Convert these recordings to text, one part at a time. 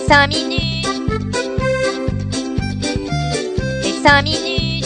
5 minutes. Les 5 minutes.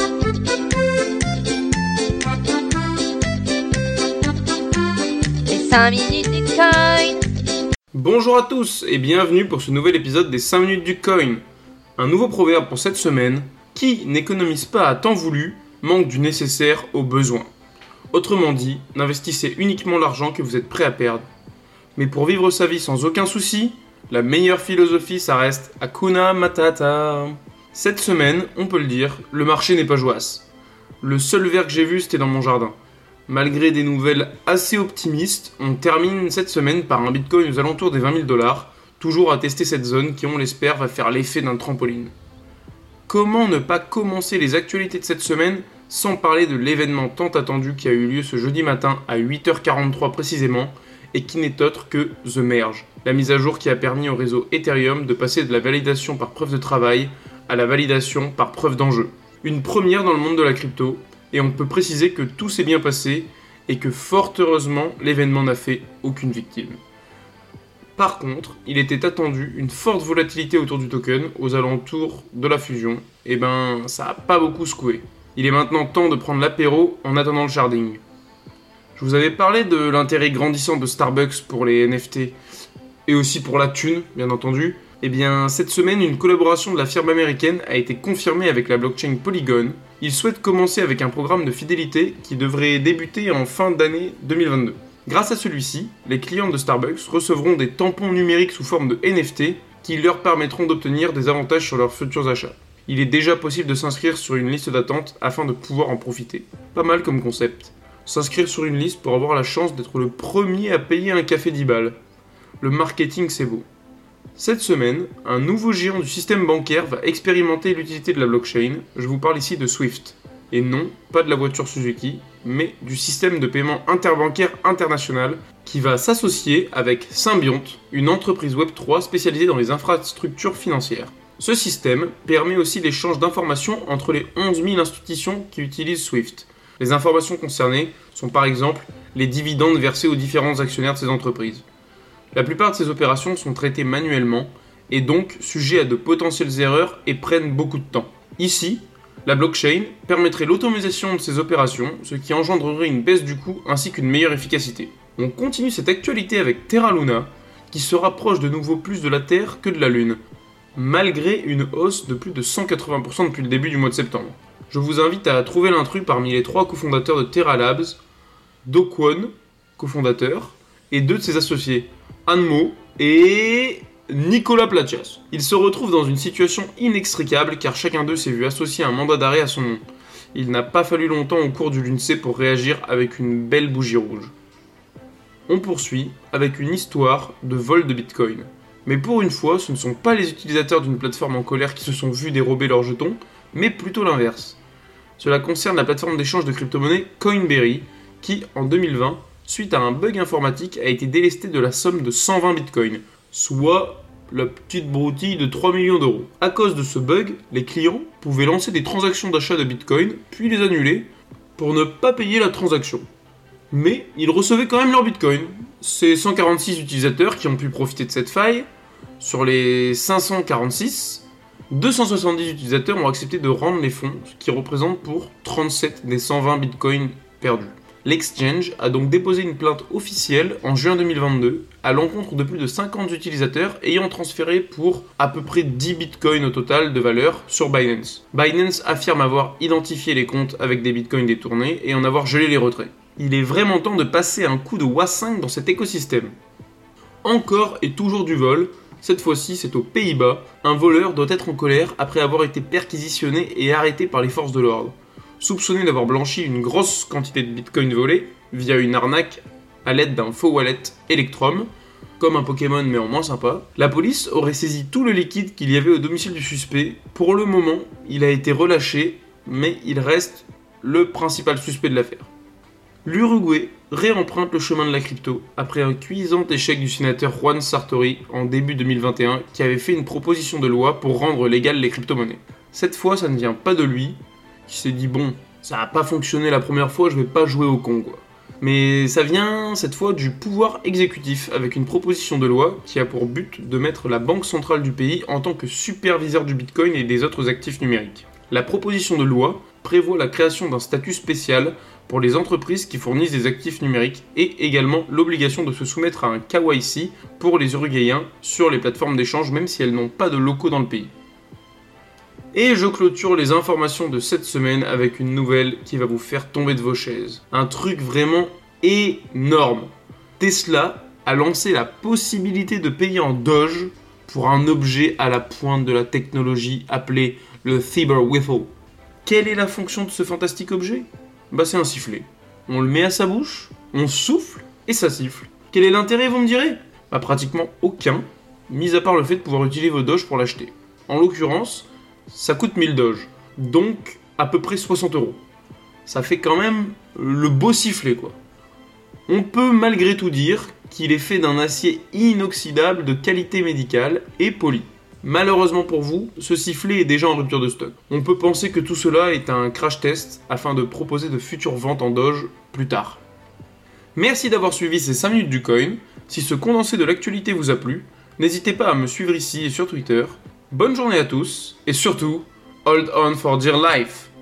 Les 5 minutes du coin. Bonjour à tous et bienvenue pour ce nouvel épisode des 5 minutes du coin. Un nouveau proverbe pour cette semaine: qui n'économise pas à temps voulu manque du nécessaire au besoin. Autrement dit, n'investissez uniquement l'argent que vous êtes prêt à perdre. Mais pour vivre sa vie sans aucun souci, la meilleure philosophie, ça reste Hakuna Matata. Cette semaine, on peut le dire, le marché n'est pas joasse. Le seul verre que j'ai vu, c'était dans mon jardin. Malgré des nouvelles assez optimistes, on termine cette semaine par un bitcoin aux alentours des 20 000 $, toujours à tester cette zone qui, on l'espère, va faire l'effet d'un trampoline. Comment ne pas commencer les actualités de cette semaine sans parler de l'événement tant attendu qui a eu lieu ce jeudi matin à 8h43 précisément, et qui n'est autre que The Merge, la mise à jour qui a permis au réseau Ethereum de passer de la validation par preuve de travail à la validation par preuve d'enjeu. Une première dans le monde de la crypto, et on peut préciser que tout s'est bien passé et que fort heureusement l'événement n'a fait aucune victime. Par contre, il était attendu une forte volatilité autour du token aux alentours de la fusion, et ça a pas beaucoup secoué. Il est maintenant temps de prendre l'apéro en attendant le sharding. Je vous avais parlé de l'intérêt grandissant de Starbucks pour les NFT, et aussi pour la thune, bien entendu. Cette semaine, une collaboration de la firme américaine a été confirmée avec la blockchain Polygon. Ils souhaitent commencer avec un programme de fidélité qui devrait débuter en fin d'année 2022. Grâce à celui-ci, les clients de Starbucks recevront des tampons numériques sous forme de NFT qui leur permettront d'obtenir des avantages sur leurs futurs achats. Il est déjà possible de s'inscrire sur une liste d'attente afin de pouvoir en profiter. Pas mal comme concept. S'inscrire sur une liste pour avoir la chance d'être le premier à payer un café 10 balles. Le marketing, c'est beau. Cette semaine, un nouveau géant du système bancaire va expérimenter l'utilité de la blockchain. Je vous parle ici de Swift. Et non, pas de la voiture Suzuki, mais du système de paiement interbancaire international qui va s'associer avec Symbionte, une entreprise Web3 spécialisée dans les infrastructures financières. Ce système permet aussi l'échange d'informations entre les 11 000 institutions qui utilisent Swift. Les informations concernées sont par exemple les dividendes versés aux différents actionnaires de ces entreprises. La plupart de ces opérations sont traitées manuellement et donc sujets à de potentielles erreurs et prennent beaucoup de temps. Ici, la blockchain permettrait l'automatisation de ces opérations, ce qui engendrerait une baisse du coût ainsi qu'une meilleure efficacité. On continue cette actualité avec Terra Luna, qui se rapproche de nouveau plus de la Terre que de la Lune, malgré une hausse de plus de 180% depuis le début du mois de septembre. Je vous invite à trouver l'intrus parmi les 3 cofondateurs de Terra Labs, Do Kwon, cofondateur, et 2 de ses associés, Anmo et Nicolas Platias. Ils se retrouvent dans une situation inextricable car chacun d'eux s'est vu associer un mandat d'arrêt à son nom. Il n'a pas fallu longtemps au cours du Lunce pour réagir avec une belle bougie rouge. On poursuit avec une histoire de vol de Bitcoin. Mais pour une fois, ce ne sont pas les utilisateurs d'une plateforme en colère qui se sont vus dérober leurs jetons, mais plutôt l'inverse. Cela concerne la plateforme d'échange de crypto-monnaies Coinberry, qui, en 2020, suite à un bug informatique, a été délestée de la somme de 120 bitcoins, soit la petite broutille de 3 millions d'euros. À cause de ce bug, les clients pouvaient lancer des transactions d'achat de bitcoin, puis les annuler, pour ne pas payer la transaction. Mais ils recevaient quand même leur bitcoin. C'est 146 utilisateurs qui ont pu profiter de cette faille. Sur les 546, 270 utilisateurs ont accepté de rendre les fonds, ce qui représente pour 37 des 120 bitcoins perdus. L'exchange a donc déposé une plainte officielle en juin 2022 à l'encontre de plus de 50 utilisateurs ayant transféré pour à peu près 10 bitcoins au total de valeur sur Binance. Binance affirme avoir identifié les comptes avec des bitcoins détournés et en avoir gelé les retraits. Il est vraiment temps de passer un coup de WA5 dans cet écosystème. Encore et toujours du vol, cette fois-ci c'est aux Pays-Bas, un voleur doit être en colère après avoir été perquisitionné et arrêté par les forces de l'ordre. Soupçonné d'avoir blanchi une grosse quantité de bitcoin volés via une arnaque à l'aide d'un faux wallet Electrum, comme un Pokémon mais en moins sympa, la police aurait saisi tout le liquide qu'il y avait au domicile du suspect. Pour le moment, il a été relâché, mais il reste le principal suspect de l'affaire. L'Uruguay réemprunte le chemin de la crypto après un cuisant échec du sénateur Juan Sartori en début 2021 qui avait fait une proposition de loi pour rendre légales les crypto-monnaies. Cette fois, ça ne vient pas de lui, qui s'est dit bon, ça n'a pas fonctionné la première fois, je vais pas jouer au con quoi. Mais ça vient cette fois du pouvoir exécutif avec une proposition de loi qui a pour but de mettre la banque centrale du pays en tant que superviseur du Bitcoin et des autres actifs numériques. La proposition de loi prévoit la création d'un statut spécial pour les entreprises qui fournissent des actifs numériques et également l'obligation de se soumettre à un KYC pour les Uruguayens sur les plateformes d'échange même si elles n'ont pas de locaux dans le pays. Et je clôture les informations de cette semaine avec une nouvelle qui va vous faire tomber de vos chaises. Un truc vraiment énorme. Tesla a lancé la possibilité de payer en Doge pour un objet à la pointe de la technologie appelé le Cyberwiffle. Quelle est la fonction de ce fantastique objet ? C'est un sifflet. On le met à sa bouche, on souffle et ça siffle. Quel est l'intérêt, vous me direz ? Pratiquement aucun, mis à part le fait de pouvoir utiliser vos Doge pour l'acheter. En l'occurrence, ça coûte 1000 Doge, donc à peu près 60 €. Ça fait quand même le beau sifflet, quoi. On peut malgré tout dire qu'il est fait d'un acier inoxydable de qualité médicale et poli. Malheureusement pour vous, ce sifflet est déjà en rupture de stock. On peut penser que tout cela est un crash test afin de proposer de futures ventes en Doge plus tard. Merci d'avoir suivi ces 5 minutes du coin. Si ce condensé de l'actualité vous a plu, n'hésitez pas à me suivre ici et sur Twitter. Bonne journée à tous, et surtout, hold on for dear life!